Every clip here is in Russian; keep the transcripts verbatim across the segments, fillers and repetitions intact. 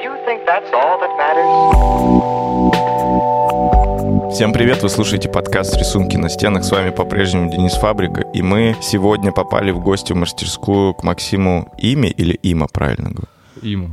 Всем привет, вы слушаете подкаст «Рисунки на стенах». С вами по-прежнему Денис Фабрика. И мы сегодня попали в гости в мастерскую к Максиму Име, или Има, правильно говорю? Има.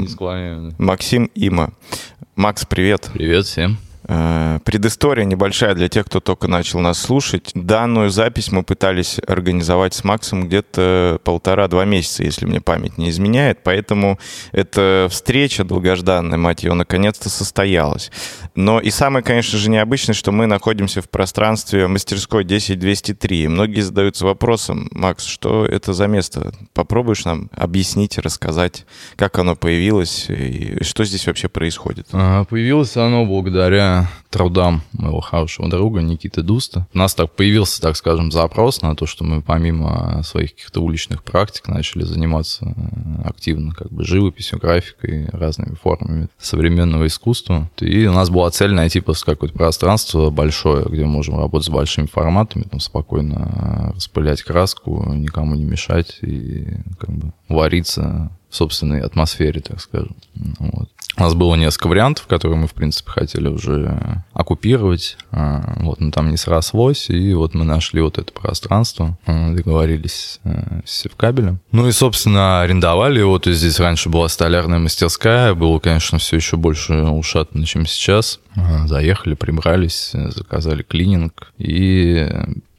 Има. Максим Има. Макс, привет. Привет всем. Предыстория небольшая для тех, кто только начал нас слушать. Данную запись мы пытались организовать с Максом где-то полтора-два месяца, если мне память не изменяет. Поэтому эта встреча долгожданная, мать ее, наконец-то состоялась. Но и самое, конечно же, необычное, что мы находимся в пространстве мастерской десять двести три. Многие задаются вопросом: Макс, что это за место? Попробуешь нам объяснить, рассказать, как оно появилось и что здесь вообще происходит? А, появилось оно благодаря трудам моего хорошего друга Никиты Дуста. У нас так появился, так скажем, запрос на то, что мы помимо своих каких-то уличных практик начали заниматься активно как бы живописью, графикой, разными формами современного искусства. И у нас была цель найти просто какое-то пространство большое, где мы можем работать с большими форматами, там, спокойно распылять краску, никому не мешать и как бы вариться в собственной атмосфере, так скажем. Вот. У нас было несколько вариантов, которые мы, в принципе, хотели уже оккупировать, вот, но там не срослось, и вот мы нашли вот это пространство, договорились с Севкабелем. Ну и, собственно, арендовали его, то есть здесь раньше была столярная мастерская, было, конечно, все еще больше ушатно, чем сейчас. Заехали, прибрались, заказали клининг и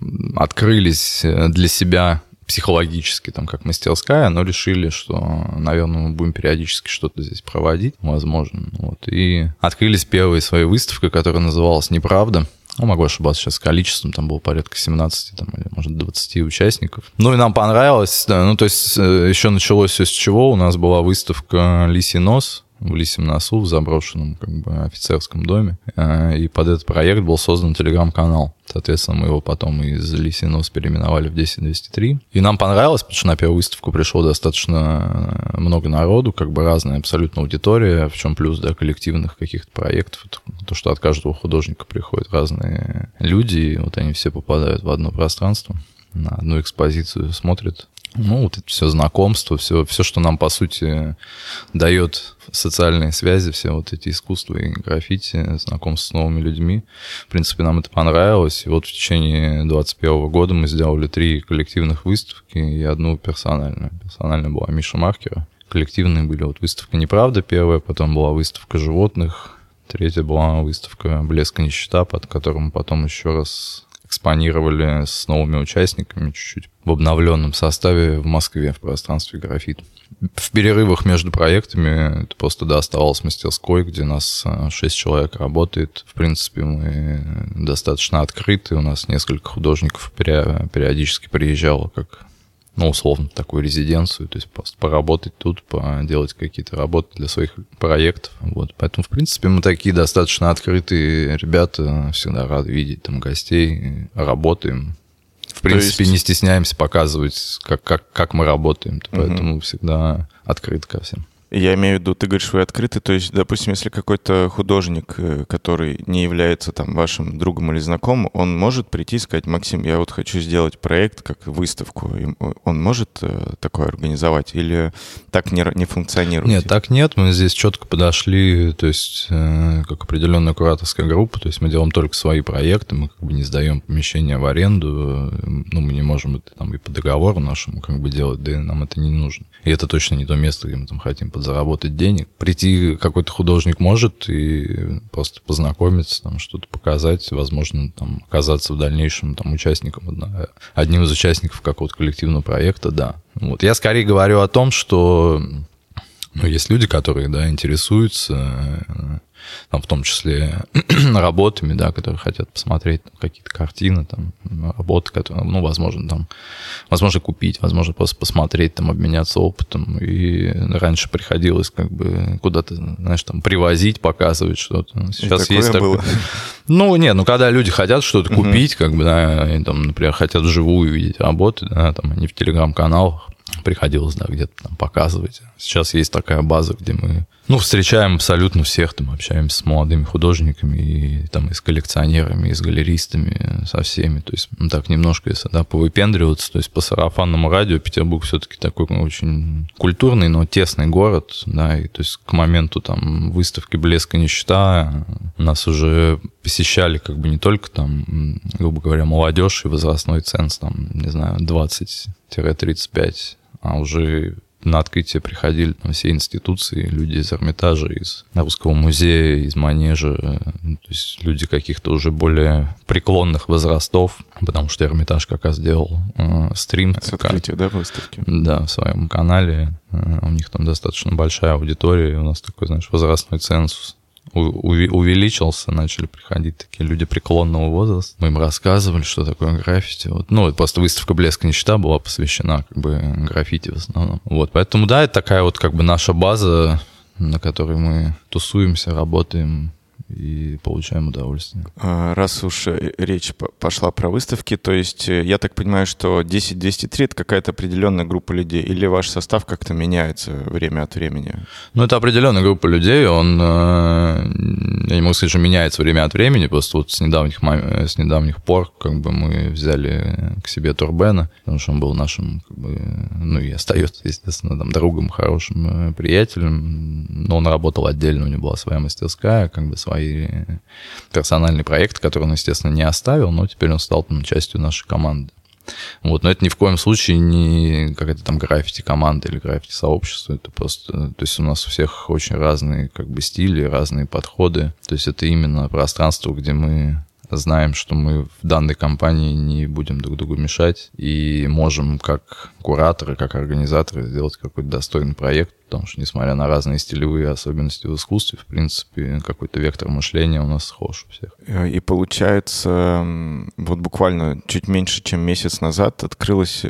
открылись для себя психологически, там, как мастерская, но решили, что, наверное, мы будем периодически что-то здесь проводить, возможно. Вот. И открылись первые свои выставки, которая называлась «Неправда». Ну, могу ошибаться сейчас с количеством, там было порядка семнадцать, там, или, может, двадцать участников. Ну, и нам понравилось, да, ну, то есть еще началось все с чего. У нас была выставка «Лисий нос» в Лисьем носу, в заброшенном как бы офицерском доме. И под этот проект был создан телеграм-канал. Соответственно, мы его потом из Лисий нос переименовали в десять двести три. И нам понравилось, потому что на первую выставку пришло достаточно много народу, как бы разная абсолютно аудитория, в чем плюс, да, коллективных каких-то проектов. То, что от каждого художника приходят разные люди, и вот они все попадают в одно пространство, на одну экспозицию смотрят. Ну, вот это все знакомство, все, все, что нам, по сути, дает социальные связи, все вот эти искусства и граффити, знакомство с новыми людьми. В принципе, нам это понравилось. И вот в течение двадцать первого года мы сделали три коллективных выставки и одну персональную. Персональная была Миша Маркера. Коллективные были вот выставка «Неправда» первая, потом была выставка животных, третья была выставка «Блеск и нищета», под которым мы потом еще раз экспонировали с новыми участниками чуть-чуть в обновленном составе в Москве в пространстве «Графит». В перерывах между проектами это просто, да, оставалось мастерской, где нас шесть человек работает. В принципе, мы достаточно открыты. У нас несколько художников периодически приезжало как, ну, условно, такую резиденцию, то есть просто поработать тут, поделать какие-то работы для своих проектов. Вот. Поэтому, в принципе, мы такие достаточно открытые ребята, всегда рады видеть там гостей, работаем. В принципе, есть... не стесняемся показывать, как, как, как мы работаем, поэтому угу. всегда открыты ко всем. Я имею в виду, ты говоришь, вы открыты, то есть, допустим, если какой-то художник, который не является там вашим другом или знакомым, он может прийти и сказать: Максим, я вот хочу сделать проект как выставку. Он может такое организовать или так не, не функционирует? Нет, так нет. Мы здесь четко подошли, то есть, как определенная кураторская группа, то есть мы делаем только свои проекты, мы как бы не сдаем помещение в аренду, ну, мы не можем это там и по договору нашему как бы делать, да и нам это не нужно. И это точно не то место, где мы там хотим заработать денег. Прийти какой-то художник может и просто познакомиться, там, что-то показать, возможно, там, оказаться в дальнейшем там, участником, одним из участников какого-то коллективного проекта, да. Вот. Я скорее говорю о том, что, ну, есть люди, которые, да, интересуются, там, в том числе работами, да, которые хотят посмотреть там, какие-то картины, там, работы, которые, ну, возможно, там, возможно, купить, возможно, просто посмотреть, там, обменяться опытом. И раньше приходилось как бы куда-то, знаешь, там, привозить, показывать что-то. Сейчас есть такое. Было. Ну, нет, ну, когда люди хотят что-то угу. купить, как бы, да, они, там, например, хотят вживую видеть работы, да, там, они в телеграм-каналах, приходилось, да, где-то там показывать. Сейчас есть такая база, где мы Ну, встречаем абсолютно всех, там, общаемся с молодыми художниками, и, там, и с коллекционерами, и с галеристами, со всеми. То есть, ну, так немножко, если да, повыпендриваться, то есть по сарафанному радио Петербург все-таки такой очень культурный, но тесный город, да, и то есть к моменту там выставки «Блеск и нищета» нас уже посещали как бы не только там, грубо говоря, молодежь и возрастной ценз, там, не знаю, двадцать-тридцать пять, а уже на открытие приходили там все институции, люди из Эрмитажа, из Русского музея, из Манежа, то есть люди каких-то уже более преклонных возрастов, потому что Эрмитаж как раз делал э, стрим. С открытия, да, выставки? Да, в своем канале. Э, у них там достаточно большая аудитория, у нас такой, знаешь, возрастной цензус увеличился, начали приходить такие люди преклонного возраста. Мы им рассказывали, что такое граффити. Вот. Ну, просто выставка «Блеск и нищета» была посвящена как бы граффити в основном. Вот, поэтому, да, это такая вот как бы наша база, на которой мы тусуемся, работаем и получаем удовольствие. Раз уж речь пошла про выставки, то есть я так понимаю, что десять двести три — это какая-то определенная группа людей, или ваш состав как-то меняется время от времени? Ну, это определенная группа людей, он, я не могу сказать, что меняется время от времени, просто вот с недавних, с недавних пор как бы мы взяли к себе Турбена, потому что он был нашим, как бы, ну и остается, естественно, там, другом, хорошим приятелем, но он работал отдельно, у него была своя мастерская, как бы свои персональный проект, который он, естественно, не оставил, но теперь он стал там частью нашей команды. Вот, но это ни в коем случае не какая-то там граффити-команда или граффити-сообщество, это просто, то есть у нас у всех очень разные как бы стили, разные подходы, то есть это именно пространство, где мы знаем, что мы в данной компании не будем друг другу мешать и можем как кураторы, как организаторы сделать какой-то достойный проект, потому что, несмотря на разные стилевые особенности в искусстве, в принципе, какой-то вектор мышления у нас схож у всех. И получается, вот буквально чуть меньше, чем месяц назад открылась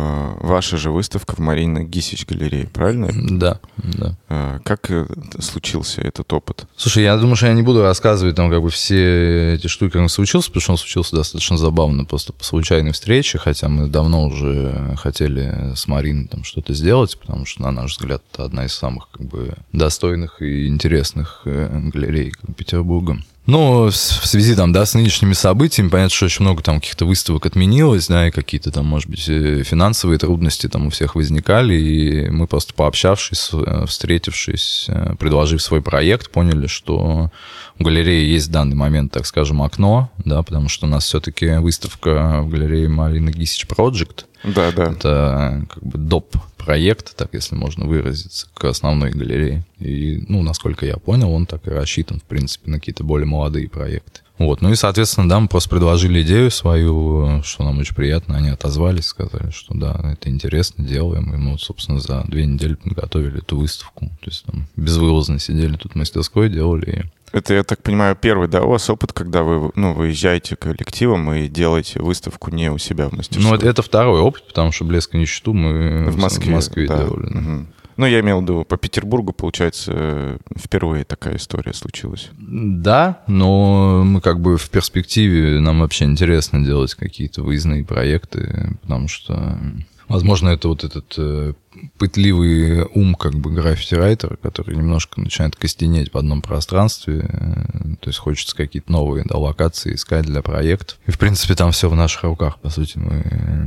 ваша же выставка в Марииной Гисич галерее, правильно? Да, да. Как случился этот опыт? Слушай, я думаю, что я не буду рассказывать там как бы все эти штуки, как он случился, потому что он случился достаточно забавно, просто по случайной встрече, хотя мы давно уже хотели с Мариной там что-то сделать, потому что, на наш взгляд, это одна из самых как бы достойных и интересных галерей Петербурга. Ну, в связи там, да, с нынешними событиями, понятно, что очень много там каких-то выставок отменилось, да, и какие-то там, может быть, финансовые трудности там у всех возникали, и мы просто пообщавшись, встретившись, предложив свой проект, поняли, что у галереи есть в данный момент, так скажем, окно, да, потому что у нас все-таки выставка в галерее Марины Гисич Project. Да, да. Это как бы доп. Проект, так если можно выразиться, к основной галерее. И, ну, насколько я понял, он так и рассчитан, в принципе, на какие-то более молодые проекты. Вот, ну и, соответственно, да, мы просто предложили идею свою, что нам очень приятно, они отозвались, сказали, что да, это интересно, делаем, и мы, вот, собственно, за две недели подготовили эту выставку. То есть там безвылазно сидели тут в мастерской, делали. Это, я так понимаю, первый, да, у вас опыт, когда вы, ну, выезжаете коллективом и делаете выставку не у себя в мастерской? Ну, это, это второй опыт, потому что «Блеск и нищету» мы в Москве, в Москве да. делали. Да. Угу. Ну, я имел в виду, по Петербургу, получается, впервые такая история случилась. Да, но мы как бы в перспективе, нам вообще интересно делать какие-то выездные проекты, потому что, возможно, это вот этот э, пытливый ум как бы граффити-райтера, который немножко начинает костенеть в одном пространстве, э, то есть хочется какие-то новые, да, локации искать для проектов. И, в принципе, там все в наших руках, по сути, мы... Э,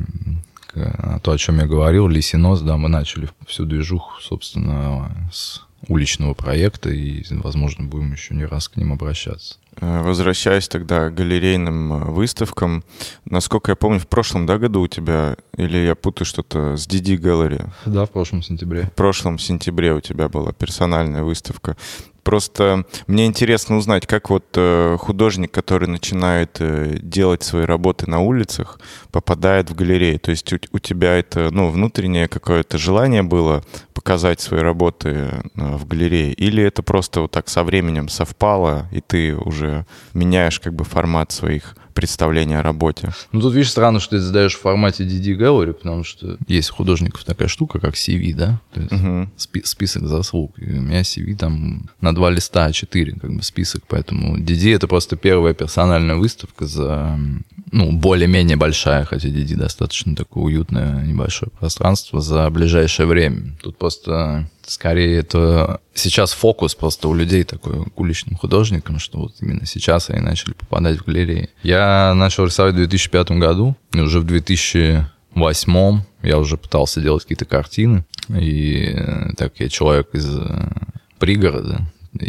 то, о чем я говорил, Лисий нос, да, мы начали всю движуху, собственно, с уличного проекта, и, возможно, будем еще не раз к ним обращаться. Возвращаясь тогда к галерейным выставкам, насколько я помню, в прошлом, да, году у тебя, или я путаю что-то с ди ди Gallery? Да, в прошлом сентябре. В прошлом сентябре у тебя была персональная выставка. Просто мне интересно узнать, как вот э, художник, который начинает э, делать свои работы на улицах, попадает в галерею. То есть у, у тебя это, ну, внутреннее какое-то желание было показать свои работы э, в галерее? Или это просто вот так со временем совпало, и ты уже меняешь как бы формат своих представления о работе? Ну, тут, видишь, странно, что ты задаешь в формате ди ди Gallery, потому что есть у художников такая штука, как си ви, да? То есть uh-huh. спи- список заслуг. И у меня си ви там на два листа а четыре, как бы список, поэтому ди ди — это просто первая персональная выставка за, ну, более-менее большая, хотя ди ди достаточно такое уютное небольшое пространство за ближайшее время. Тут просто скорее это сейчас фокус просто у людей такой к уличным художникам, что вот именно сейчас они начали попадать в галереи. Я начал рисовать в две тысячи пятом году, и уже в две тысячи восьмом я уже пытался делать какие-то картины. И так я человек из пригорода,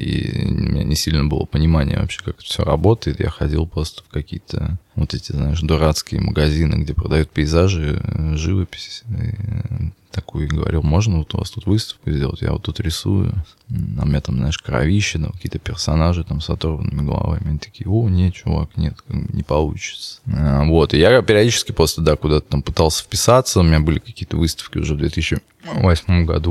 и у меня не сильно было понимания вообще, как это все работает. Я ходил просто в какие-то вот эти, знаешь, дурацкие магазины, где продают пейзажи, живопись. И такую и говорил, можно вот у вас тут выставку сделать? Я вот тут рисую. А у меня там, знаешь, кровище, там какие-то персонажи там с оторванными головами. Они такие, о, нет, чувак, нет, не получится. А, вот, и я периодически просто, да, куда-то там пытался вписаться. У меня были какие-то выставки уже в две тысячи восьмом году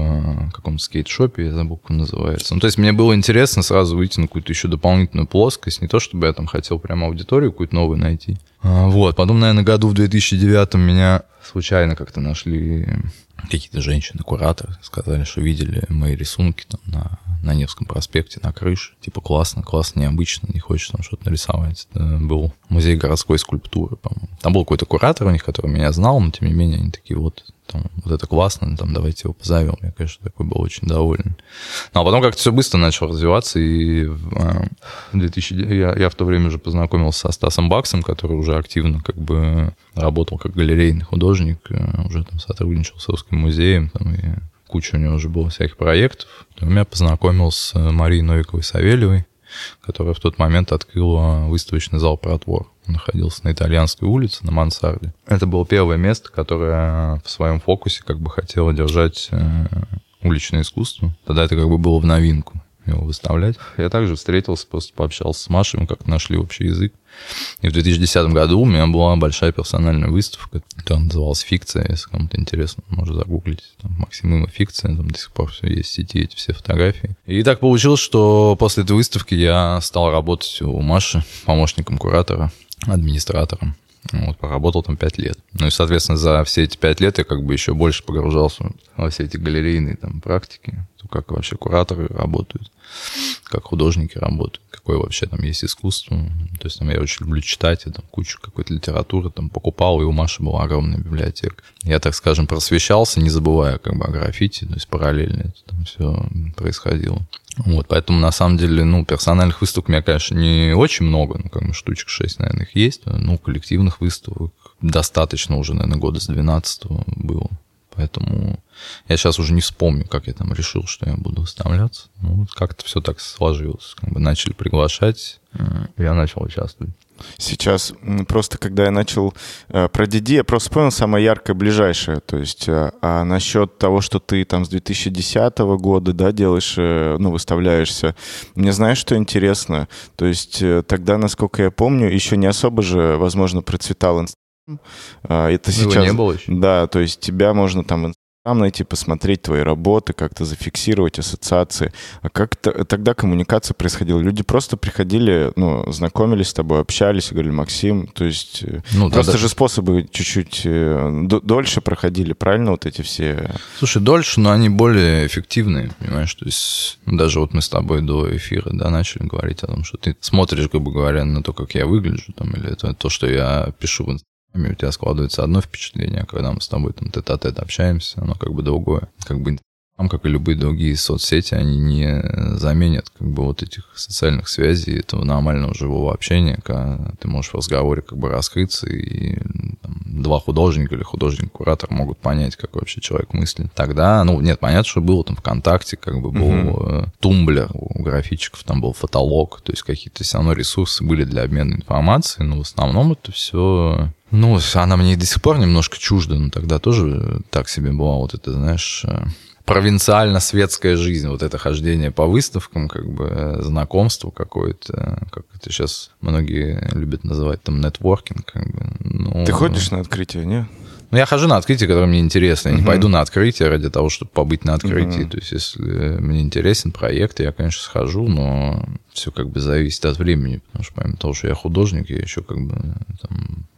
в каком-то скейт-шопе, я забыл, как он называется. Ну, то есть мне было интересно сразу выйти на какую-то еще дополнительную плоскость. Не то, чтобы я там хотел прямо аудиторию какую-то новую найти. А, вот, потом, наверное, году в две тысячи девятом меня случайно как-то нашли какие-то женщины-кураторы, сказали, что видели мои рисунки там на, на Невском проспекте, на крыше. Типа классно, классно, необычно, не хочешь там что-то нарисовать. Это был музей городской скульптуры, по-моему. Там был какой-то куратор у них, который меня знал, но тем не менее они такие, вот, там, вот это классно, там, давайте его позовем. Я, конечно, такой был очень доволен. Ну, а потом как-то все быстро начало развиваться, и в две тысячи... я, я в то время уже познакомился со Стасом Баксом, который уже активно как бы работал как галерейный художник, уже там сотрудничал с Русским музеем, там, и куча у него уже было всяких проектов. И меня познакомил с Марией Новиковой-Савельевой, которая в тот момент открыла выставочный зал «Протвор». Он находился на Итальянской улице, на мансарде. Это было первое место, которое в своем фокусе как бы хотело держать уличное искусство. Тогда это как бы было в новинку его выставлять. Я также встретился, просто пообщался с Машей, мы как-то нашли общий язык. И в две тысячи десятом году у меня была большая персональная выставка, которая называлась «Фикция». Если кому-то интересно, можно загуглить. Там Максимыма «Фикция», там до сих пор все есть в сети, эти все фотографии. И так получилось, что после этой выставки я стал работать у Маши помощником куратора, администратором. Вот, поработал там пять лет. Ну и, соответственно, за все эти пять лет я как бы еще больше погружался во все эти галерейные там практики, то, как вообще кураторы работают, как художники работают, какое вообще там есть искусство. То есть там я очень люблю читать, я там кучу какой-то литературы там покупал, и у Маши была огромная библиотека. Я, так скажем, просвещался, не забывая как бы о граффити, то есть параллельно это там все происходило. Вот, поэтому, на самом деле, ну, персональных выставок у меня, конечно, не очень много, ну, как бы штучек шесть, наверное, их есть, ну, коллективных выставок достаточно уже, наверное, года с двенадцатого было, поэтому я сейчас уже не вспомню, как я там решил, что я буду выставляться, ну, вот как-то все так сложилось, как бы начали приглашать, я начал участвовать. Сейчас просто, когда я начал э, про Диди, я просто понял самое яркое, ближайшее. То есть, э, а насчет того, что ты там с две тысячи десятого года, да, делаешь, э, ну, выставляешься, мне знаешь, что интересно? То есть э, тогда, насколько я помню, еще не особо же, возможно, процветал Инстаграм. Э, это сейчас... Его не было еще. Да, то есть тебя можно там... Там найти, посмотреть твои работы, как-то зафиксировать ассоциации. А как -то, тогда коммуникация происходила? Люди просто приходили, ну, знакомились с тобой, общались и говорили, Максим, то есть ну, просто тогда... же способы чуть-чуть дольше проходили, правильно, вот эти все? Слушай, дольше, но они более эффективные, понимаешь? То есть даже вот мы с тобой до эфира, да, начали говорить о том, что ты смотришь, грубо говоря, на то, как я выгляжу, там, или это то, что я пишу в Инстаграме. У тебя складывается одно впечатление, а когда мы с тобой там тет-а-тет общаемся, оно как бы другое. Как бы Инстаграм, как и любые другие соцсети, они не заменят как бы вот этих социальных связей, этого нормального живого общения, когда ты можешь в разговоре как бы раскрыться, и там, два художника или художник-куратор могут понять, как вообще человек мыслит. Тогда, ну, нет, понятно, что было там ВКонтакте, как бы был uh-huh. Тумблер, у графичиков там был фотолог, то есть какие-то все равно ресурсы были для обмена информацией, но в основном это все... Ну, она мне и до сих пор немножко чужда, но тогда тоже так себе была вот это, знаешь, провинциально-светская жизнь, вот это хождение по выставкам, как бы знакомство какое-то, как это сейчас многие любят называть, там, нетворкинг. Как бы. Ну, ты ходишь на открытие, не? Ну, я хожу на открытие, которое мне интересно. Я uh-huh. не пойду на открытие ради того, чтобы побыть на открытии. Uh-huh. То есть, если мне интересен проект, я, конечно, схожу, но все как бы зависит от времени. Потому что помимо того, что я художник, я еще как бы там,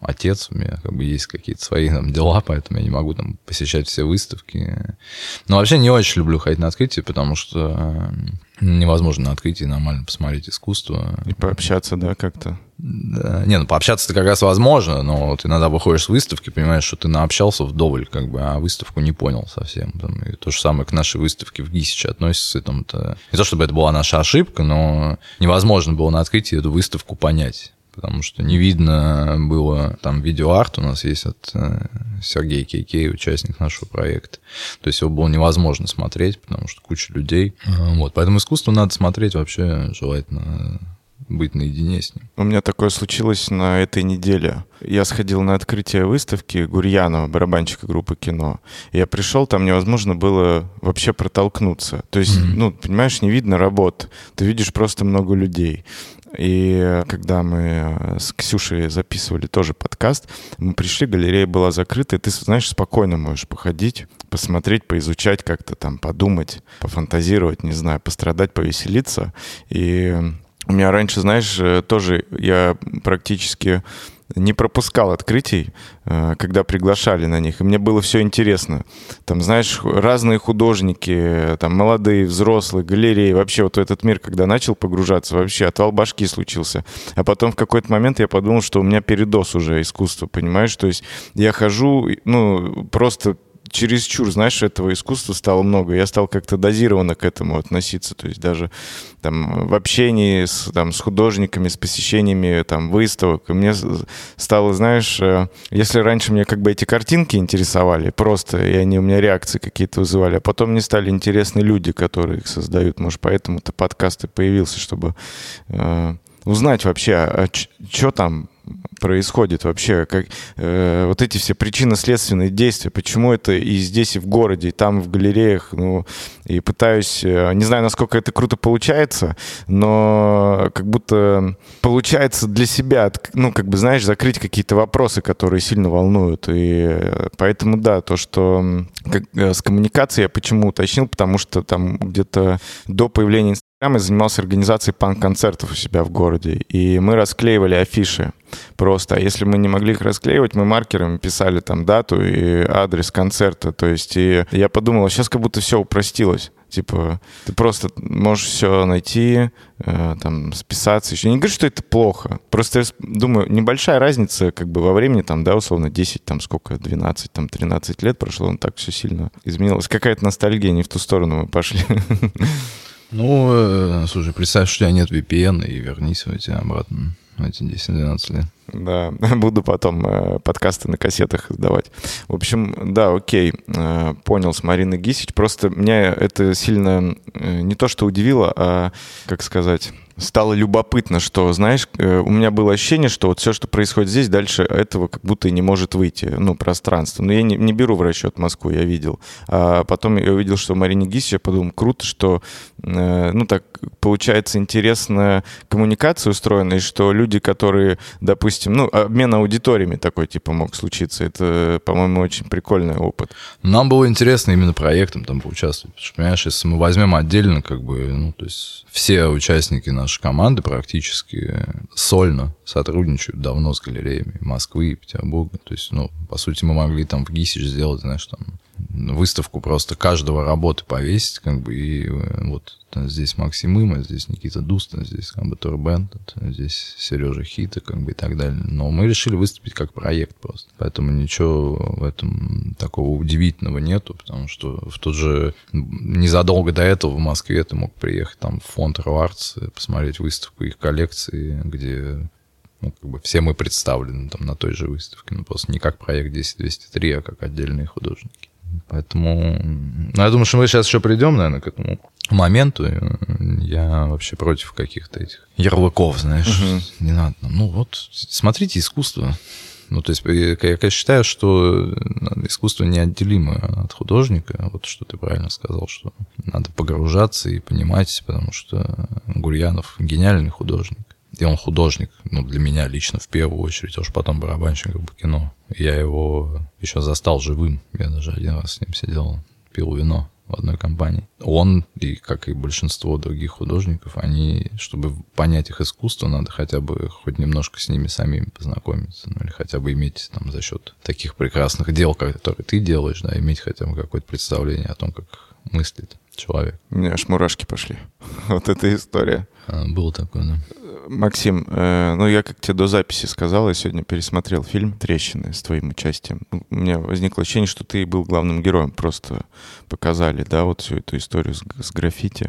отец, у меня как бы есть какие-то свои там дела, поэтому я не могу там посещать все выставки. Но вообще не очень люблю ходить на открытие, потому что невозможно на открытии нормально посмотреть искусство. И пообщаться, да, как-то. Да. Не, ну пообщаться-то как раз возможно, но вот иногда выходишь с выставки, понимаешь, что ты наобщался вдоволь, как бы, а выставку не понял совсем. Там, и то же самое к нашей выставке в ГИСИЧе относится. Там-то... Не то, чтобы это была наша ошибка, но невозможно было на открытии эту выставку понять. Потому что не видно было, там видеоарт у нас есть от Сергея Кейкей, участник нашего проекта. То есть его было невозможно смотреть, потому что куча людей. Вот, поэтому искусство надо смотреть вообще, желательно быть наедине с ним. У меня такое случилось на этой неделе. Я сходил на открытие выставки Гурьянова, барабанщика группы «Кино». Я пришел, там невозможно было вообще протолкнуться. То есть, mm-hmm. ну, понимаешь, не видно работ. Ты видишь просто много людей. И когда мы с Ксюшей записывали тоже подкаст, мы пришли, галерея была закрыта, и ты, знаешь, спокойно можешь походить, посмотреть, поизучать как-то там, подумать, пофантазировать, не знаю, пострадать, повеселиться. И у меня раньше, знаешь, тоже я практически не пропускал открытий, когда приглашали на них, и мне было все интересно. Там, знаешь, разные художники, там, молодые, взрослые, галереи, вообще вот в этот мир, когда начал погружаться, вообще отвал башки случился. А потом в какой-то момент я подумал, что у меня передоз уже искусства, понимаешь? То есть я хожу, ну, просто чересчур, знаешь, этого искусства стало много. Я стал как-то дозированно к этому относиться. То есть даже там в общении с, там, с художниками, с посещениями там, выставок. И мне стало, знаешь, если раньше мне как бы эти картинки интересовали просто, и они у меня реакции какие-то вызывали, а потом мне стали интересны люди, которые их создают. Может, поэтому-то подкаст и появился, чтобы э, узнать вообще, а, что там происходит вообще, как, э, вот эти все причинно-следственные действия, почему это и здесь, и в городе, и там, в галереях, ну, и пытаюсь, э, не знаю, насколько это круто получается, но как будто получается для себя, ну, как бы, знаешь, закрыть какие-то вопросы, которые сильно волнуют, и поэтому, да, то, что как, с коммуникацией я почему уточнил, потому что там где-то до появления я занимался организацией панк-концертов у себя в городе, и мы расклеивали афиши просто. А если мы не могли их расклеивать, мы маркерами писали там дату и адрес концерта. То есть и я подумал, сейчас как будто все упростилось. Типа, ты просто можешь все найти, э, там, списаться еще. Не говорю, что это плохо. Просто я думаю, небольшая разница как бы во времени, там, да, условно, десять, там, сколько, двенадцать, там, тринадцать лет прошло, он так все сильно изменилось. Какая-то ностальгия, не в ту сторону мы пошли. Ну, э, слушай, представь, что у тебя нет ви пи эн, и вернись в эти обратно, в эти десять-двенадцать лет. Да, буду потом э, подкасты на кассетах издавать. В общем, да, окей, э, понял, с Мариной ГИСИЧ. Просто меня это сильно э, не то что удивило, а, как сказать, стало любопытно, что, знаешь, э, у меня было ощущение, что вот все, что происходит здесь, дальше этого как будто и не может выйти, ну, пространство. Но я не, не беру в расчет Москву, я видел. А потом я увидел, что в Марине ГИСИЧ, я подумал, круто, что, э, ну, так получается интересная коммуникация устроена, и что люди, которые, допустим, ну, обмен аудиториями такой, типа, мог случиться. Это, по-моему, очень прикольный опыт. Нам было интересно именно проектом там поучаствовать. Потому что, понимаешь, если мы возьмем отдельно, как бы, ну, то есть все участники нашей команды практически сольно сотрудничают давно с галереями Москвы и Петербурга. То есть, ну, по сути, мы могли там в ГИСИЧ сделать, знаешь, там, выставку просто каждого работы повесить, как бы, и вот здесь Максим Има, здесь Никита Дуста, здесь как бы Турбенд, здесь Сережа Хита, как бы, и так далее. Но мы решили выступить как проект просто. Поэтому ничего в этом такого удивительного нету, потому что в тот же незадолго до этого в Москве ты мог приехать там в фонд Артс, посмотреть выставку их коллекции, где, ну, как бы все мы представлены там на той же выставке, но просто не как проект десять двести три, а как отдельные художники. Поэтому, ну, я думаю, что мы сейчас еще придем, наверное, к этому моменту. Я вообще против каких-то этих ярлыков, знаешь. Uh-huh. Не надо. Ну вот, смотрите искусство. Ну, то есть, я, я считаю, что искусство неотделимо от художника. Вот что ты правильно сказал, что надо погружаться и понимать, потому что Гурьянов гениальный художник. И он художник, ну, для меня лично в первую очередь, а уж потом барабанщик по кино. Я его еще застал живым. Я даже один раз с ним сидел, пил вино в одной компании. Он, и как и большинство других художников, они, чтобы понять их искусство, надо хотя бы хоть немножко с ними самими познакомиться, ну или хотя бы иметь там за счет таких прекрасных дел, которые ты делаешь, да, иметь хотя бы какое-то представление о том, как мыслит человек. У меня аж мурашки пошли. Вот эта история. А, было такое, да. Максим, э, ну я, как тебе до записи сказал, я сегодня пересмотрел фильм «Трещины» с твоим участием. У меня возникло ощущение, что ты был главным героем. Просто показали, да, вот всю эту историю с, с граффити.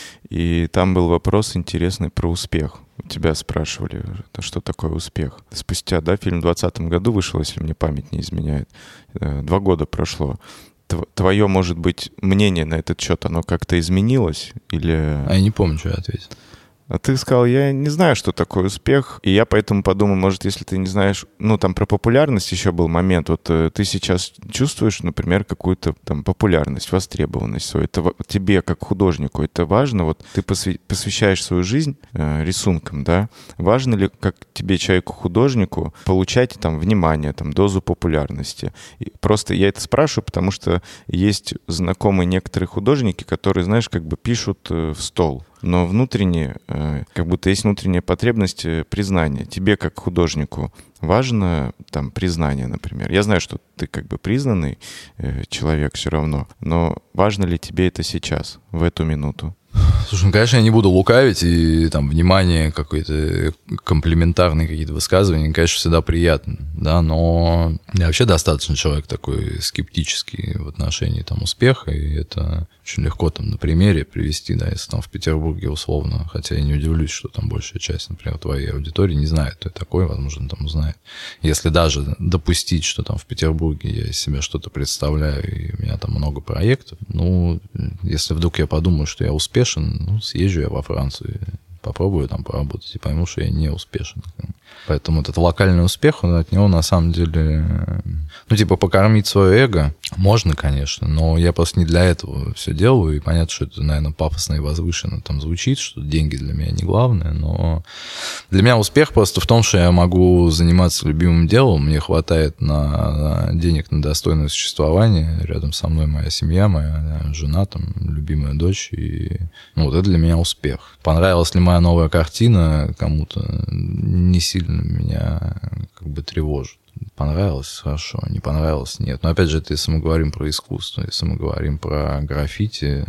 И там был вопрос интересный про успех. У тебя спрашивали, что такое успех. Спустя, да, фильм в двадцатом году вышел, если мне память не изменяет. Э, два года прошло. Твое, может быть, мнение на этот счет, оно как-то изменилось? Или... А я не помню, что я ответил. А ты сказал, я не знаю, что такое успех, и я поэтому подумал, может, если ты не знаешь, ну, там про популярность еще был момент, вот э, ты сейчас чувствуешь, например, какую-то там популярность, востребованность свою, это тебе как художнику, это важно, вот ты посвя- посвящаешь свою жизнь э, рисункам, да, важно ли, как тебе, человеку-художнику, получать там внимание, там, дозу популярности? И просто я это спрашиваю, потому что есть знакомые некоторые художники, которые, знаешь, как бы пишут э, в стол, но внутренне, как будто есть внутренняя потребность признания. Тебе, как художнику, важно там признание, например. Я знаю, что ты как бы признанный человек все равно, но важно ли тебе это сейчас, в эту минуту? Слушай, ну, конечно, я не буду лукавить, и там внимание, какое-то комплиментарные какие-то высказывания, конечно, всегда приятно, да, но я вообще достаточно человек такой скептический в отношении там успеха, и это очень легко там на примере привести, да, если там в Петербурге условно, хотя я не удивлюсь, что там большая часть, например, твоей аудитории не знает, кто я такой, возможно, там узнает. Если даже допустить, что там в Петербурге я из себя что-то представляю, и у меня там много проектов, ну, если вдруг я подумаю, что я успешен, ну, съезжу я во Францию, попробую там поработать и пойму, что я не успешен. Поэтому этот локальный успех, он от него на самом деле... Ну, типа, покормить свое эго можно, конечно, но я просто не для этого все делаю, и понятно, что это, наверное, пафосно и возвышенно там звучит, что деньги для меня не главное, но для меня успех просто в том, что я могу заниматься любимым делом, мне хватает на денег на достойное существование, рядом со мной моя семья, моя жена, там, любимая дочь, и ну, вот это для меня успех. Понравилась ли моя новая картина кому-то, не сильно меня как бы тревожит. Понравилось? Хорошо. Не понравилось? Нет. Но опять же, это если мы говорим про искусство, если мы говорим про граффити,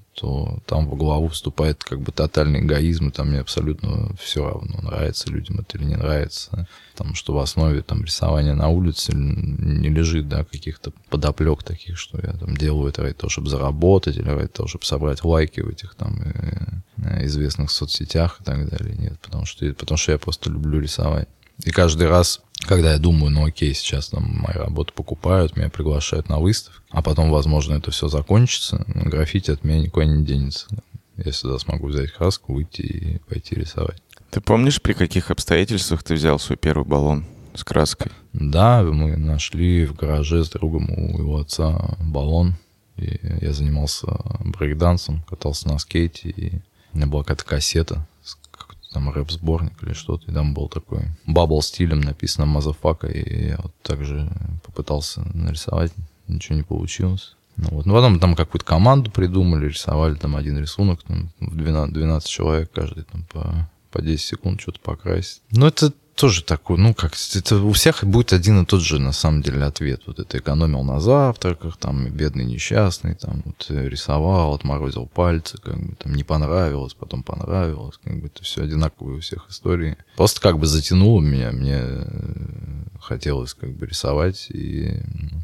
то там во главу вступает как бы тотальный эгоизм, и там мне абсолютно все равно, нравится людям это или не нравится. Там, что в основе там рисования на улице не лежит, да, каких-то подоплек таких, что я там делаю это ради того, чтобы заработать, или ради того, чтобы собрать лайки в этих там известных соцсетях и так далее. Нет, потому что, потому что я просто люблю рисовать. И каждый раз, когда я думаю, ну окей, сейчас там мои работы покупают, меня приглашают на выставку, а потом, возможно, это все закончится, граффити от меня никуда не денется. Я всегда смогу взять краску, выйти и пойти рисовать. Ты помнишь, при каких обстоятельствах ты взял свой первый баллон с краской? Да, мы нашли в гараже с другом у его отца баллон, и я занимался брейкдансом, катался на скейте, и у меня была какая-то кассета, там рэп-сборник или что-то, и там был такой бабл стилем написано «Мазафака», и я вот также попытался нарисовать, ничего не получилось. Ну, вот. Ну, потом там какую-то команду придумали, рисовали там один рисунок, там, в двенадцать, двенадцать человек, каждый там по, по десять секунд что-то покрасить. Ну, это тоже такой, ну, как, это у всех будет один и тот же, на самом деле, ответ. Вот это экономил на завтраках, там, бедный несчастный, там, вот, рисовал, отморозил пальцы, как бы, там, не понравилось, потом понравилось, как бы, это все одинаковые у всех истории. Просто, как бы, затянуло меня, мне хотелось, как бы, рисовать, и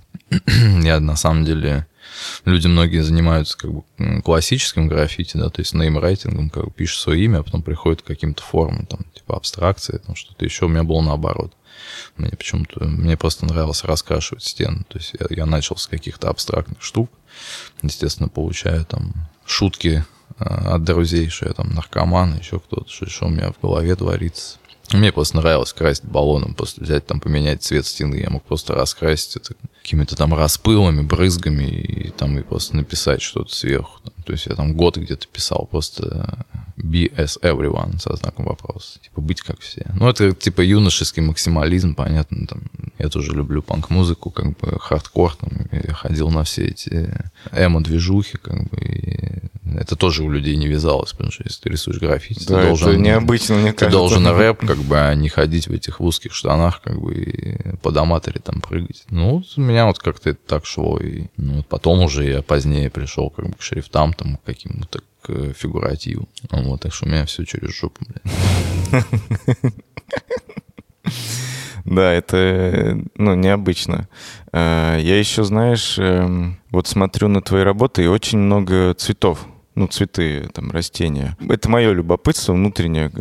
я, на самом деле, люди многие занимаются, как бы, классическим граффити, да, то есть неймрайтингом, как бы, пишешь свое имя, а потом приходят к каким-то формам, там, типа абстракции, там, что-то еще. У меня было наоборот. Мне почему-то, мне просто нравилось раскрашивать стены, то есть я, я начал с каких-то абстрактных штук, естественно, получаю там шутки от друзей, что я там наркоман, еще кто-то, что, что у меня в голове творится. Мне просто нравилось красить баллоном, просто взять там, поменять цвет стены. Я мог просто раскрасить это какими-то там распылами, брызгами и там и просто написать что-то сверху. То есть я там год где-то писал просто be as everyone, со знаком вопроса. Типа, быть как все. Ну, это, типа, юношеский максимализм, понятно. Там, я тоже люблю панк-музыку, как бы, хардкор. Там, я ходил на все эти эмо-движухи, как бы, и это тоже у людей не вязалось, потому что если ты рисуешь граффити, да, ты должен... это необычно, мне ты кажется. должен рэп, как бы, а не ходить в этих узких штанах, как бы, и под аматоре там прыгать. Ну, у меня вот как-то это так шло, и ну, потом уже я позднее пришел, как бы, к шрифтам, там, к каким-то к фигуративу. Вот, так что у меня все через жопу, блядь. Да, это, ну, необычно. Я еще, знаешь, вот смотрю на твои работы, и очень много цветов. Ну, цветы, там, растения. Это мое любопытство внутреннее.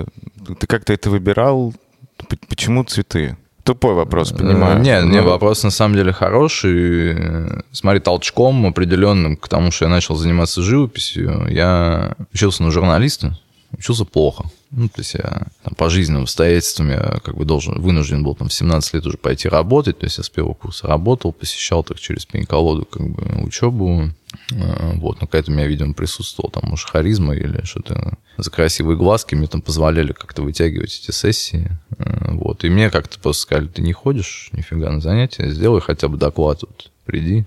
Ты как-то это выбирал? Почему цветы? Тупой вопрос, понимаю. Нет, но... не, вопрос на самом деле хороший. Смотри, толчком определенным к тому, что я начал заниматься живописью, я учился на журналиста, учился плохо. Ну, то есть я там, по жизненным обстоятельствам я как бы должен, вынужден был там в семнадцать лет уже пойти работать. То есть я с первого курса работал, посещал так через пень-колоду как бы учебу. Вот, но какая-то у меня, видимо, присутствовала там, может, харизма или что-то. За красивые глазки мне там позволяли как-то вытягивать эти сессии. Вот, и мне как-то просто сказали, ты не ходишь нифига на занятия, сделай хотя бы доклад, вот, приди.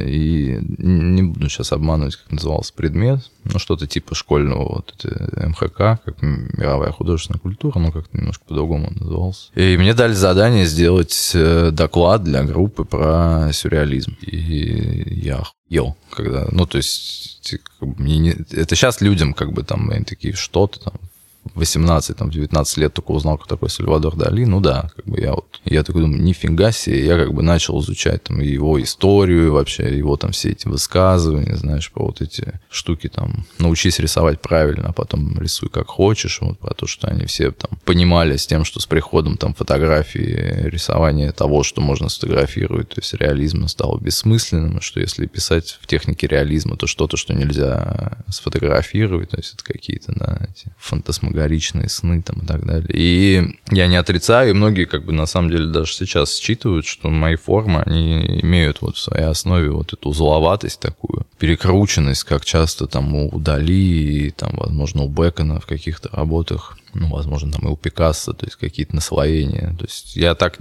И не буду сейчас обманывать, как назывался предмет, ну, что-то типа школьного, вот, это эм ха ка, как мировая художественная культура, но как-то немножко по-другому он назывался. И мне дали задание сделать доклад для группы про сюрреализм. И я охуел, когда, ну, то есть, мне не... это сейчас людям, как бы, там, они такие, что ты там, восемнадцать, там, девятнадцать лет только узнал, кто такой Сальвадор Дали. Ну да, как бы я вот, я такой думаю, нифига себе, я как бы начал изучать там его историю, вообще его там все эти высказывания, знаешь, про вот эти штуки там, научись рисовать правильно, а потом рисуй как хочешь, вот про то, что они все там понимали с тем, что с приходом там фотографии, рисования того, что можно сфотографировать, то есть реализм стал бессмысленным, что если писать в технике реализма, то что-то, что нельзя сфотографировать, то есть это какие-то, да, эти фантасмагоричные сны там и так далее. И я не отрицаю, и многие как бы на самом деле даже сейчас считывают, что мои формы, они имеют вот в своей основе вот эту узловатость такую, перекрученность, как часто там у Дали и там, возможно, у Бекона в каких-то работах, ну, возможно, там и у Пикассо, то есть какие-то наслоения. То есть я так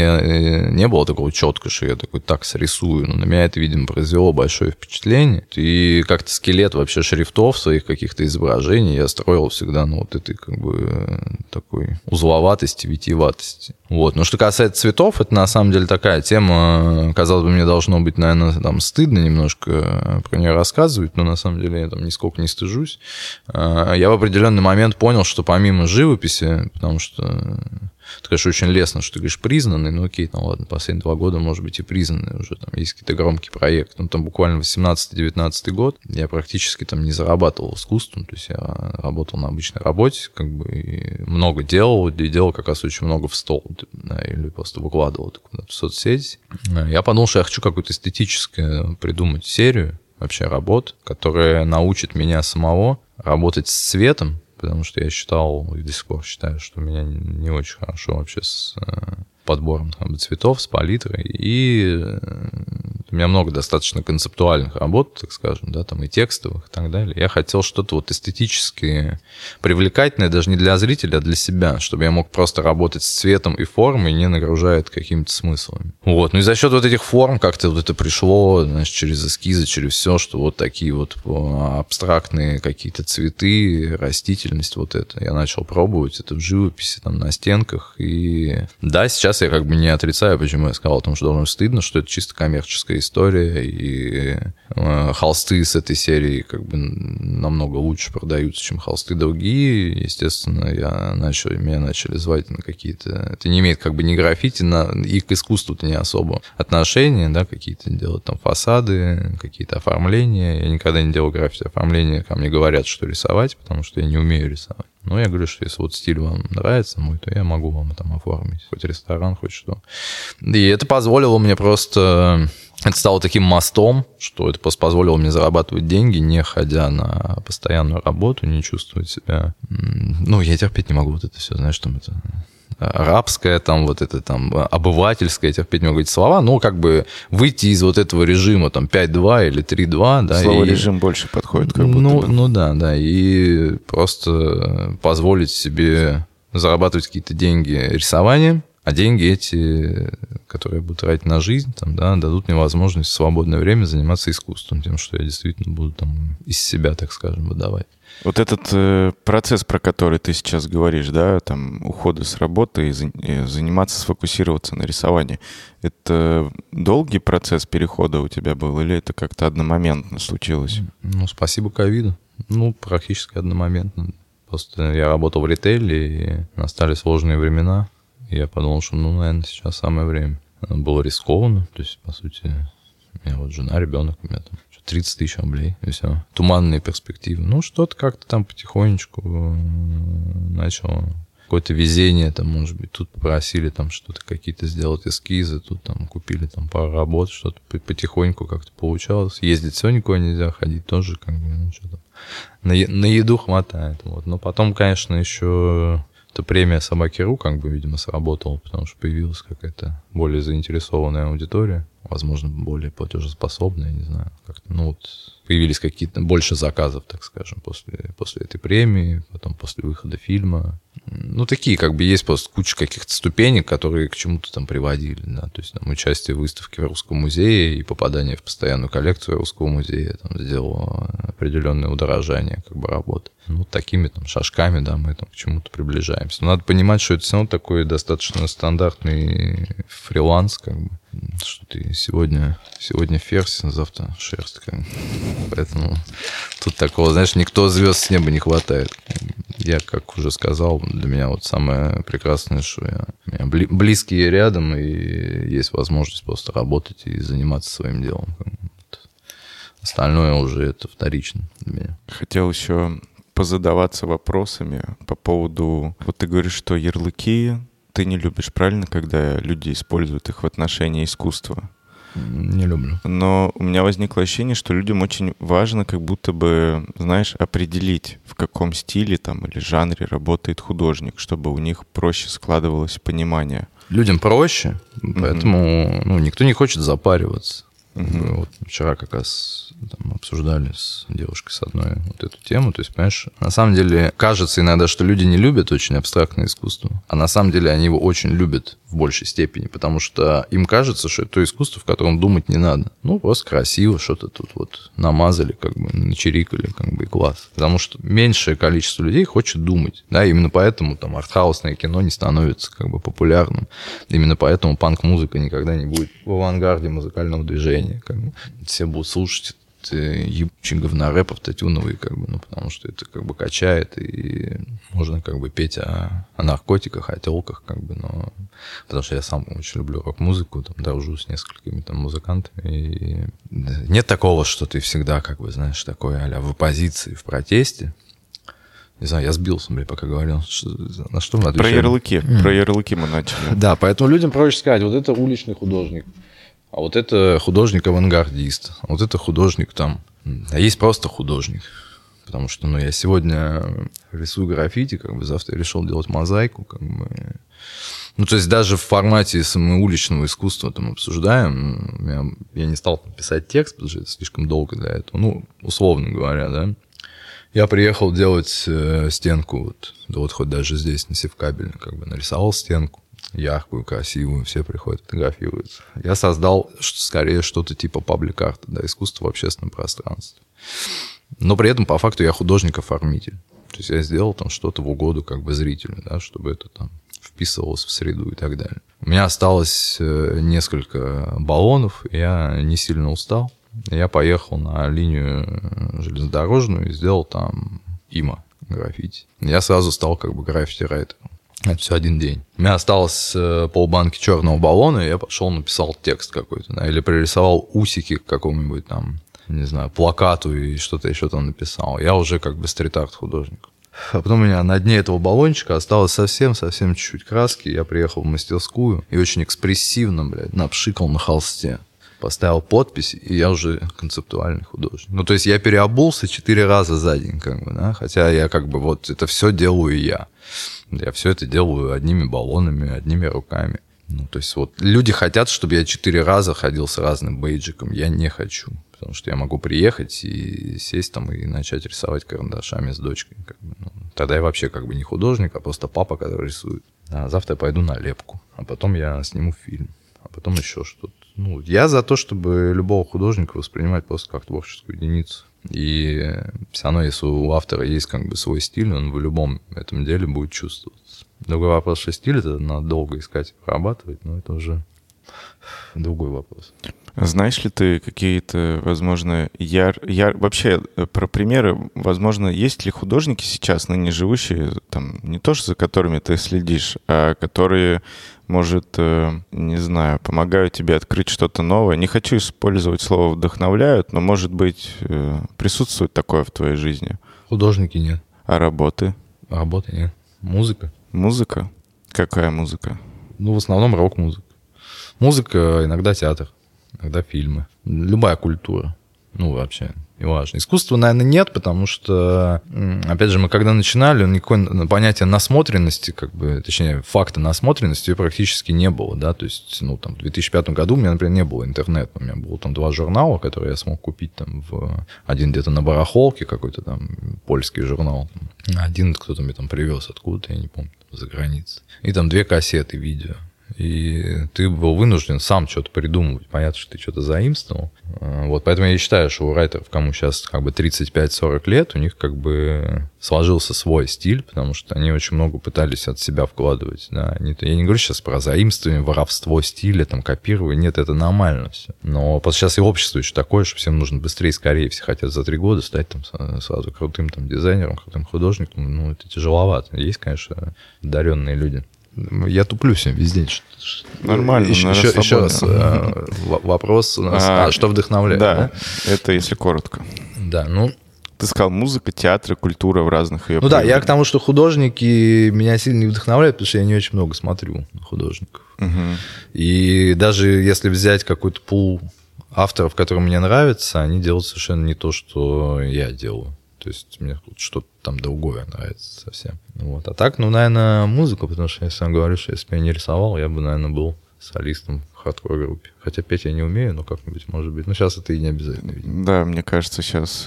не, не было такого четко, что я такой так срисую, но на меня это, видимо, произвело большое впечатление. И как-то скелет вообще шрифтов своих каких-то изображений я строил всегда на вот этой как бы такой узловатости, витиеватости. Вот. Но что касается цветов, это на самом деле такая тема, казалось бы, мне должно быть, наверное, там стыдно немножко про нее рассказывать, но на самом деле я там нисколько не стыжусь. Я в определенный момент понял, что помимо живописи, потому что это, конечно, очень лестно, что ты говоришь признанный, ну окей, там ладно, последние два года, может быть, и признанный уже, там есть какие-то громкие проекты, ну там буквально восемнадцатый-девятнадцатый год я практически там не зарабатывал искусством, то есть я работал на обычной работе, как бы, и много делал, и делал как раз очень много в стол, да, или просто выкладывал куда-то в соцсети. Я подумал, что я хочу какую-то эстетическую придумать серию вообще работ, которая научит меня самого работать с цветом, потому что я считал, и до сих пор считаю, что у меня не очень хорошо вообще с подбором там, цветов, с палитрой. И у меня много достаточно концептуальных работ, так скажем, да, там и текстовых и так далее. Я хотел что-то вот эстетически привлекательное, даже не для зрителя, а для себя, чтобы я мог просто работать с цветом и формой, не нагружая это какими-то смыслами. Вот. Ну и за счет вот этих форм как-то вот это пришло, знаешь, через эскизы, через все, что вот такие вот абстрактные какие-то цветы, растительность, вот это. Я начал пробовать это в живописи, там, на стенках. И да, сейчас я как бы не отрицаю, почему я сказал о том, что должно быть стыдно, что это чисто коммерческая история, и э, холсты с этой серии как бы намного лучше продаются, чем холсты другие. Естественно, я начал, меня начали звать на какие-то... Это не имеет как бы ни граффити, на, и к искусству-то не особо отношения, да, какие-то делать там фасады, какие-то оформления. Я никогда не делал граффити оформления, ко мне говорят, что рисовать, потому что я не умею рисовать. Но я говорю, что если вот стиль вам нравится мой, то я могу вам там оформить. Хоть ресторан, хоть что. И это позволило мне просто... Это стало таким мостом, что это просто позволило мне зарабатывать деньги, не ходя на постоянную работу, не чувствовать себя... Ну, я терпеть не могу вот это все, знаешь, там это... рабское, там, вот это там, обывательское, терпеть не могу эти слова, но как бы выйти из вот этого режима, там, пять два или три два, да. Слово и... режим больше подходит, как будто ну, бы. Ну да, да, и просто позволить себе зарабатывать какие-то деньги рисованием, а деньги эти, которые я буду тратить на жизнь, там, да, дадут мне возможность в свободное время заниматься искусством, тем, что я действительно буду там из себя, так скажем, выдавать. Вот этот э, процесс, про который ты сейчас говоришь, да, там, ухода с работы и, за, и заниматься, сфокусироваться на рисовании, это долгий процесс перехода у тебя был или это как-то одномоментно случилось? Ну, спасибо ковиду. Ну, практически одномоментно. Просто я работал в ритейле, и настали сложные времена. И я подумал, что, ну, наверное, сейчас самое время. Было рискованно, то есть, по сути, у меня вот жена, ребенок, у меня там тридцать тысяч рублей, и все. Туманные перспективы. Ну, что-то как-то там потихонечку начало. Какое-то везение, там, может быть, тут попросили там что-то, какие-то сделать эскизы, тут там купили там пару работ, что-то потихоньку как-то получалось. Ездить все никуда нельзя, ходить тоже, как бы, ну, что-то. На, на еду хватает, вот. Но потом, конечно, еще... эта премия «Собаки.ру» как бы, видимо, сработала, потому что появилась какая-то более заинтересованная аудитория, возможно, более платежеспособная, не знаю. Как-то, ну, вот появились какие-то больше заказов, так скажем, после, после этой премии, потом после выхода фильма. Ну, такие, как бы, есть просто куча каких-то ступенек, которые к чему-то там приводили, да, то есть там участие в выставке в Русском музее и попадание в постоянную коллекцию Русского музея там сделало определенное удорожание, как бы, работы. Ну, такими там шажками, да, мы там к чему-то приближаемся. Но надо понимать, что это все равно такой достаточно стандартный фриланс, как бы, что ты сегодня, сегодня ферзь, завтра шерсть, как бы. Поэтому тут такого, знаешь, никто звезд с неба не хватает. Я, как уже сказал, для меня вот самое прекрасное, что я, у меня бли, близкие рядом, и есть возможность просто работать и заниматься своим делом. Вот. Остальное уже это вторично для меня. Хотел еще позадаваться вопросами по поводу... Вот ты говоришь, что ярлыки ты не любишь, правильно, когда люди используют их в отношении искусства? Не люблю. Но у меня возникло ощущение, что людям очень важно как будто бы, знаешь, определить, в каком стиле там или жанре работает художник, чтобы у них проще складывалось понимание. Людям проще, поэтому mm-hmm. ну, никто не хочет запариваться. Mm-hmm. Вот вчера как раз там обсуждали с девушкой с одной вот эту тему. То есть, понимаешь, на самом деле кажется иногда, что люди не любят очень абстрактное искусство, а на самом деле они его очень любят в большей степени, потому что им кажется, что это то искусство, в котором думать не надо. Ну, просто красиво что-то тут вот намазали, как бы начирикали, как бы, и класс. Потому что меньшее количество людей хочет думать, да, именно поэтому там артхаусное кино не становится как бы популярным. Именно поэтому панк-музыка никогда не будет в авангарде музыкального движения. Как бы. Все будут слушать ебучий говнорэп автотюновый, как бы, ну, потому что это как бы качает, и можно как бы петь о, о наркотиках, о тёлках, как бы, но... Потому что я сам очень люблю рок-музыку, там, дружу с несколькими там музыкантами, и нет такого, что ты всегда, как бы, знаешь, такой а-ля в оппозиции, в протесте. Не знаю, я сбился, блин, пока говорил. Что, на что мы отвечали? Про ярлыки, mm. про ярлыки мы начали. Да, поэтому людям проще сказать, вот это уличный художник, а вот это художник-авангардист, а вот это художник там. А есть просто художник. Потому что, ну, я сегодня рисую граффити, как бы завтра я решил делать мозаику, как бы. Ну, то есть даже в формате самоуличного искусства там обсуждаем. Я, я не стал писать текст, потому что это слишком долго для этого. Ну, условно говоря, да. Я приехал делать э, стенку, вот, да вот хоть даже здесь, на Севкабельной, как бы нарисовал стенку. Яркую, красивую, все приходят, фотографируются. Я создал скорее что-то типа паблик-арта, да, искусство в общественном пространстве. Но при этом, по факту, я художник-оформитель. То есть я сделал там что-то в угоду как бы зрителю, да, чтобы это там вписывалось в среду и так далее. У меня осталось несколько баллонов, я не сильно устал. Я поехал на линию железнодорожную и сделал там има граффити. Я сразу стал как бы граффити-райтером. Это все один день. У меня осталось полбанки черного баллона, и я пошел написал текст какой-то, да, или пририсовал усики к какому-нибудь там, не знаю, плакату и что-то еще там написал. Я уже как бы стрит-арт художник. А потом у меня на дне этого баллончика осталось совсем-совсем чуть-чуть краски. Я приехал в мастерскую и очень экспрессивно, блядь, напшикал на холсте. поставил подпись, и я уже концептуальный художник. Ну, то есть я переобулся четыре раза за день, как бы, да, хотя я как бы вот это все делаю я. Я все это делаю одними баллонами, одними руками. Ну, то есть вот люди хотят, чтобы я четыре раза ходил с разным бейджиком. Я не хочу, потому что я могу приехать и сесть там и начать рисовать карандашами с дочкой. Как бы, ну, тогда я вообще как бы не художник, а просто папа, который рисует. А завтра я пойду на лепку, а потом я сниму фильм, а потом еще что-то. Ну, я за то, чтобы любого художника воспринимать просто как творческую единицу. И все равно, если у автора есть как бы свой стиль, он в любом этом деле будет чувствоваться. Другой вопрос, что стиль это надо долго искать и прорабатывать, но это уже другой вопрос. Знаешь ли ты какие-то, возможно, яр... яр... вообще про примеры, возможно, есть ли художники сейчас, ныне живущие, там, не то, что за которыми ты следишь, а которые, может, не знаю, помогают тебе открыть что-то новое? Не хочу использовать слово «вдохновляют», но, может быть, присутствует такое в твоей жизни? Художники нет. А работы? Работы нет. Музыка. Музыка? Какая музыка? Ну, в основном рок-музыка. Музыка, иногда театр, иногда фильмы. Любая культура. Ну, вообще, не важно. Искусства, наверное, нет, потому что, опять же, мы когда начинали, никакое понятие насмотренности, как бы, точнее, факта насмотренности практически не было, да, то есть, ну, там, в две тысячи пятом году у меня, например, не было интернета, у меня было там два журнала, которые я смог купить там в... Один где-то на барахолке, какой-то там польский журнал, один кто-то мне там привез откуда-то, я не помню, за границей, и там две кассеты видео. И ты был вынужден сам что-то придумывать. Понятно, что ты что-то заимствовал. Вот, поэтому я считаю, что у райтеров, кому сейчас как бы тридцать пять сорок лет, у них как бы сложился свой стиль, потому что они очень много пытались от себя вкладывать. Да. Я не говорю сейчас про заимствование, воровство стиля, там, копирование. Нет, это нормально все. Но просто сейчас и общество еще такое, что всем нужно быстрее и скорее. Все хотят за три года стать там сразу крутым там, дизайнером, крутым художником. Ну, это тяжеловато. Есть, конечно, одаренные люди. Я туплю всем везде. Нормально. Еще, еще, еще раз э, вопрос у нас. А, а, что вдохновляет? Да, да, это если коротко. Да, ну... Ты сказал, музыка, театр, культура в разных ее... Ну да, я к тому, что художники меня сильно не вдохновляют, потому что я не очень много смотрю на художников. Угу. И даже если взять какой-то пул авторов, которые мне нравятся, они делают совершенно не то, что я делаю. То есть мне что-то там другое нравится совсем. Вот. А так, ну, наверное, музыка, потому что я сам говорю, что если бы я не рисовал, я бы, наверное, был солистом в хардкор-группе. Хотя петь я не умею, но как-нибудь, может быть. Но сейчас это и не обязательно. Видимо. Да, мне кажется, сейчас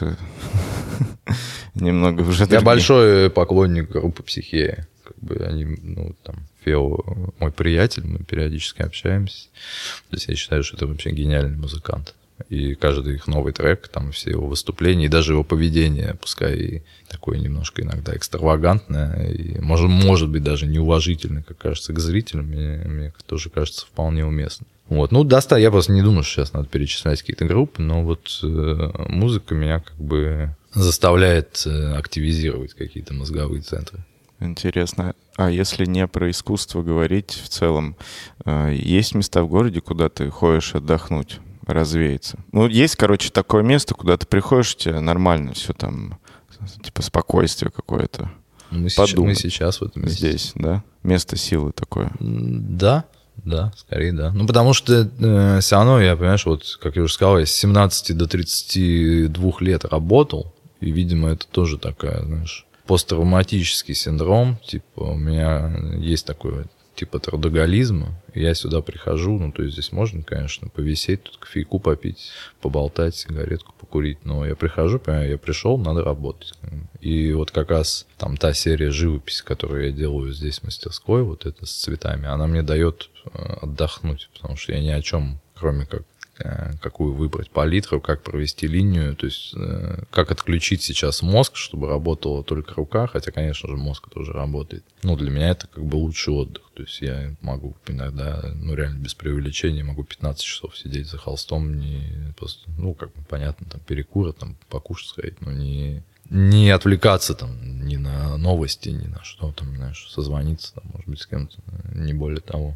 немного уже... Я большой поклонник группы «Психея». Как бы они, ну, там, Фео мой приятель, мы периодически общаемся. То есть я считаю, что это вообще гениальный музыкант. И каждый их новый трек, там все его выступления, и даже его поведение, пускай и такое немножко иногда экстравагантное, и может, может быть даже неуважительное, как кажется, к зрителям, мне, мне тоже кажется вполне уместно. Вот. Ну, доста, я просто не думаю, что сейчас надо перечислять какие-то группы, но вот э, музыка меня как бы заставляет э, активизировать какие-то мозговые центры. Интересно. А если не про искусство говорить в целом, э, есть места в городе, куда ты ходишь отдохнуть? Развеяться. Ну, есть, короче, такое место, куда ты приходишь, тебе нормально все там, типа спокойствие какое-то. Мы, сейчас, мы сейчас в этом месте. Здесь, да? Место силы такое. Да, да, скорее да. Ну, потому что э, все равно, я, понимаешь, вот, как я уже сказал, я с семнадцати до тридцати двух лет работал, и, видимо, это тоже такая, знаешь, посттравматический синдром, типа, у меня есть такой типа трудоголизма, и я сюда прихожу, ну, то есть здесь можно, конечно, повисеть, тут кофейку попить, поболтать, сигаретку покурить, но я прихожу, понимаю, я пришел, надо работать. И вот как раз там та серия живописи, которую я делаю здесь в мастерской, вот это с цветами, она мне дает отдохнуть, потому что я ни о чем, кроме как какую выбрать палитру, как провести линию, то есть как отключить сейчас мозг, чтобы работала только рука, хотя, конечно же, мозг тоже работает. Ну, для меня это как бы лучший отдых, то есть я могу иногда, ну, реально без преувеличения, могу пятнадцать часов сидеть за холстом, не просто, ну, как бы, понятно, там, перекура, там, покушать сходить, но не, не отвлекаться там ни на новости, ни на что там, знаешь, созвониться, там, может быть, с кем-то, не более того.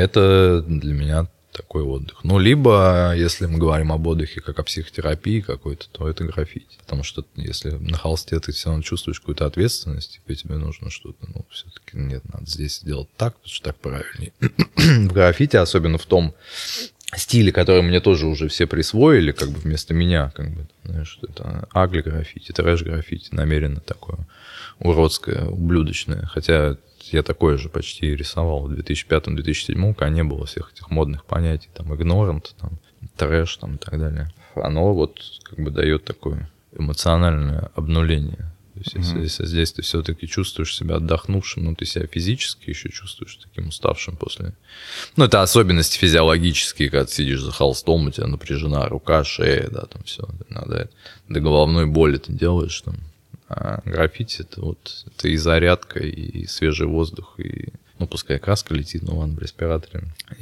Это для меня такой отдых. Ну, либо, если мы говорим об отдыхе как о психотерапии какой-то, то это граффити. Потому что если на холсте ты все равно чувствуешь какую-то ответственность, типа тебе нужно что-то, ну, все-таки нет, надо здесь сделать так, потому что так правильнее. В граффити, особенно в том, стили, которые мне тоже уже все присвоили, как бы вместо меня, как бы, знаешь, что это агли-граффити, трэш-граффити, намеренно такое уродское, ублюдочное. Хотя я такое же почти рисовал в две тысячи пятом - две тысячи седьмом, когда не было всех этих модных понятий, там, игнорант, там, трэш, там, и так далее. Оно вот как бы дает такое эмоциональное обнуление. То есть, если, mm-hmm. если здесь ты все-таки чувствуешь себя отдохнувшим, ну, ты себя физически еще чувствуешь таким уставшим после... Ну, это особенности физиологические, когда ты сидишь за холстом, у тебя напряжена рука, шея, да, там все, надо до головной боли ты делаешь, там. А граффити — это вот это и зарядка, и свежий воздух, и, ну, пускай краска летит, но ладно, в респираторе.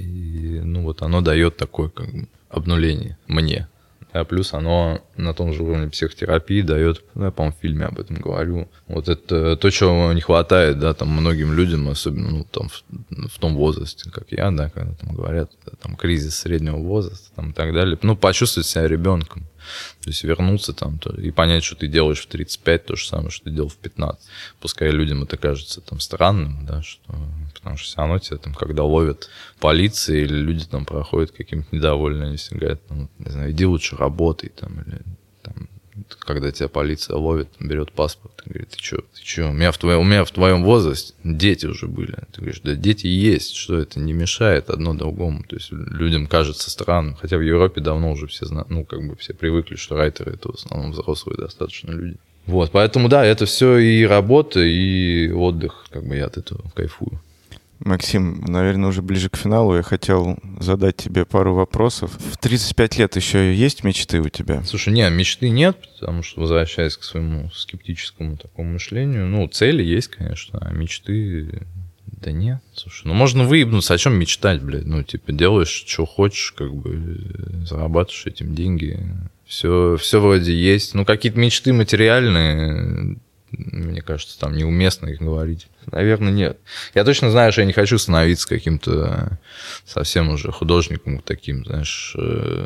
И, ну, вот оно дает такое, как бы, обнуление мне. А плюс оно на том же уровне психотерапии дает, ну, я, по-моему, в фильме об этом говорю, вот это то, чего не хватает, да, там, многим людям, особенно, ну, там, в, в том возрасте, как я, да, когда там говорят, там, кризис среднего возраста, там, и так далее, ну, почувствовать себя ребенком, то есть вернуться там то, и понять, что ты делаешь в тридцать пять, то же самое, что ты делал в пятнадцать. Пускай людям это кажется там странным, да, что, потому что все равно тебя там, когда ловят полиция или люди там проходят каким-то недовольны, они все говорят, ну, не знаю, иди лучше работай, там, или там, когда тебя полиция ловит, берет паспорт, и говорит, ты что, ты что, у меня в твоем, у меня в твоем возрасте дети уже были. Ты говоришь, да дети есть, что это не мешает одно другому. То есть людям кажется странным, хотя в Европе давно уже все знают, ну, как бы все привыкли, что райтеры — это в основном взрослые достаточно люди. Вот, поэтому, да, это все и работа, и отдых, как бы я от этого кайфую. Максим, наверное, уже ближе к финалу я хотел задать тебе пару вопросов. В тридцать пять лет еще есть мечты у тебя? Слушай, нет, мечты нет, потому что, возвращаясь к своему скептическому такому мышлению, ну, цели есть, конечно, а мечты... Да нет, слушай, ну можно выебнуться, о чем мечтать, блядь, ну, типа, делаешь, что хочешь, как бы, зарабатываешь этим деньги, все, все вроде есть, ну, какие-то мечты материальные... Мне кажется, там неуместно их говорить. Наверное, нет. Я точно знаю, что я не хочу становиться каким-то совсем уже художником таким, знаешь,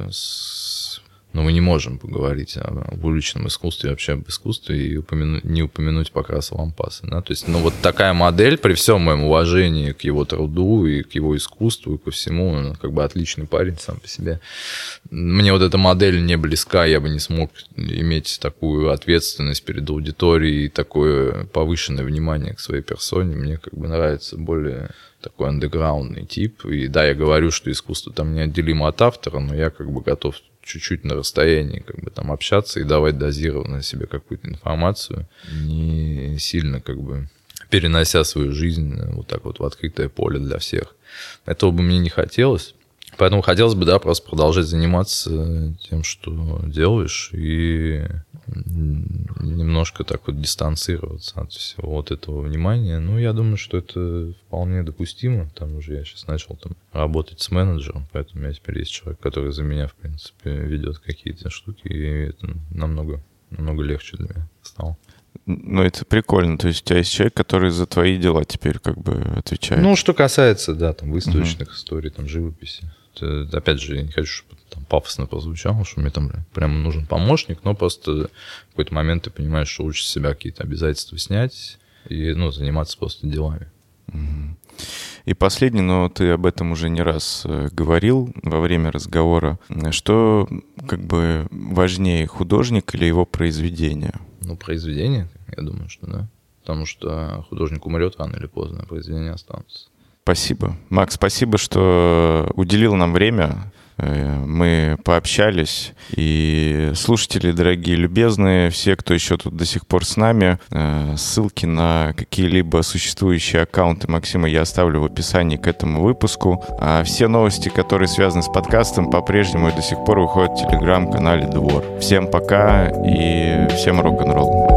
с... но мы не можем поговорить об уличном искусстве, вообще об искусстве и упомяну... не упомянуть Покраса Лампаса. Да? То есть, ну, вот такая модель, при всем моем уважении к его труду и к его искусству, и ко всему, он как бы отличный парень сам по себе. Мне вот эта модель не близка, я бы не смог иметь такую ответственность перед аудиторией, такое повышенное внимание к своей персоне. Мне как бы нравится более такой андеграундный тип. И да, я говорю, что искусство там неотделимо от автора, но я как бы готов чуть-чуть на расстоянии как бы там общаться и давать дозированно себе какую-то информацию, не сильно как бы перенося свою жизнь вот так вот в открытое поле для всех. Этого бы мне не хотелось. Поэтому хотелось бы, да, просто продолжать заниматься тем, что делаешь, и немножко так вот дистанцироваться от всего вот этого внимания. Ну, я думаю, что это вполне допустимо. Там уже я сейчас начал там работать с менеджером, поэтому у меня теперь есть человек, который за меня, в принципе, ведет какие-то штуки, и это намного, намного легче для меня стало. Ну, это прикольно. То есть у тебя есть человек, который за твои дела теперь как бы отвечает. Ну, что касается, да, там, выставочных uh-huh. историй, там, живописи. Это, опять же, я не хочу, чтобы там пафосно прозвучало, что мне там прямо нужен помощник, но просто в какой-то момент ты понимаешь, что лучше с себя какие-то обязательства снять и, ну, заниматься просто делами. Uh-huh. И последний, но ты об этом уже не раз говорил во время разговора, что как бы важнее, художник или его произведение? Ну, произведение, я думаю, что да. Потому что художник умрет рано или поздно, а произведение останутся. Спасибо. Макс, спасибо, что уделил нам время. Мы пообщались. И слушатели, дорогие, любезные, все, кто еще тут до сих пор с нами, ссылки на какие-либо существующие аккаунты Максима я оставлю в описании к этому выпуску. А все новости, которые связаны с подкастом, по-прежнему и до сих пор выходят в телеграм-канале Двор. Всем пока и всем рок-н-ролл.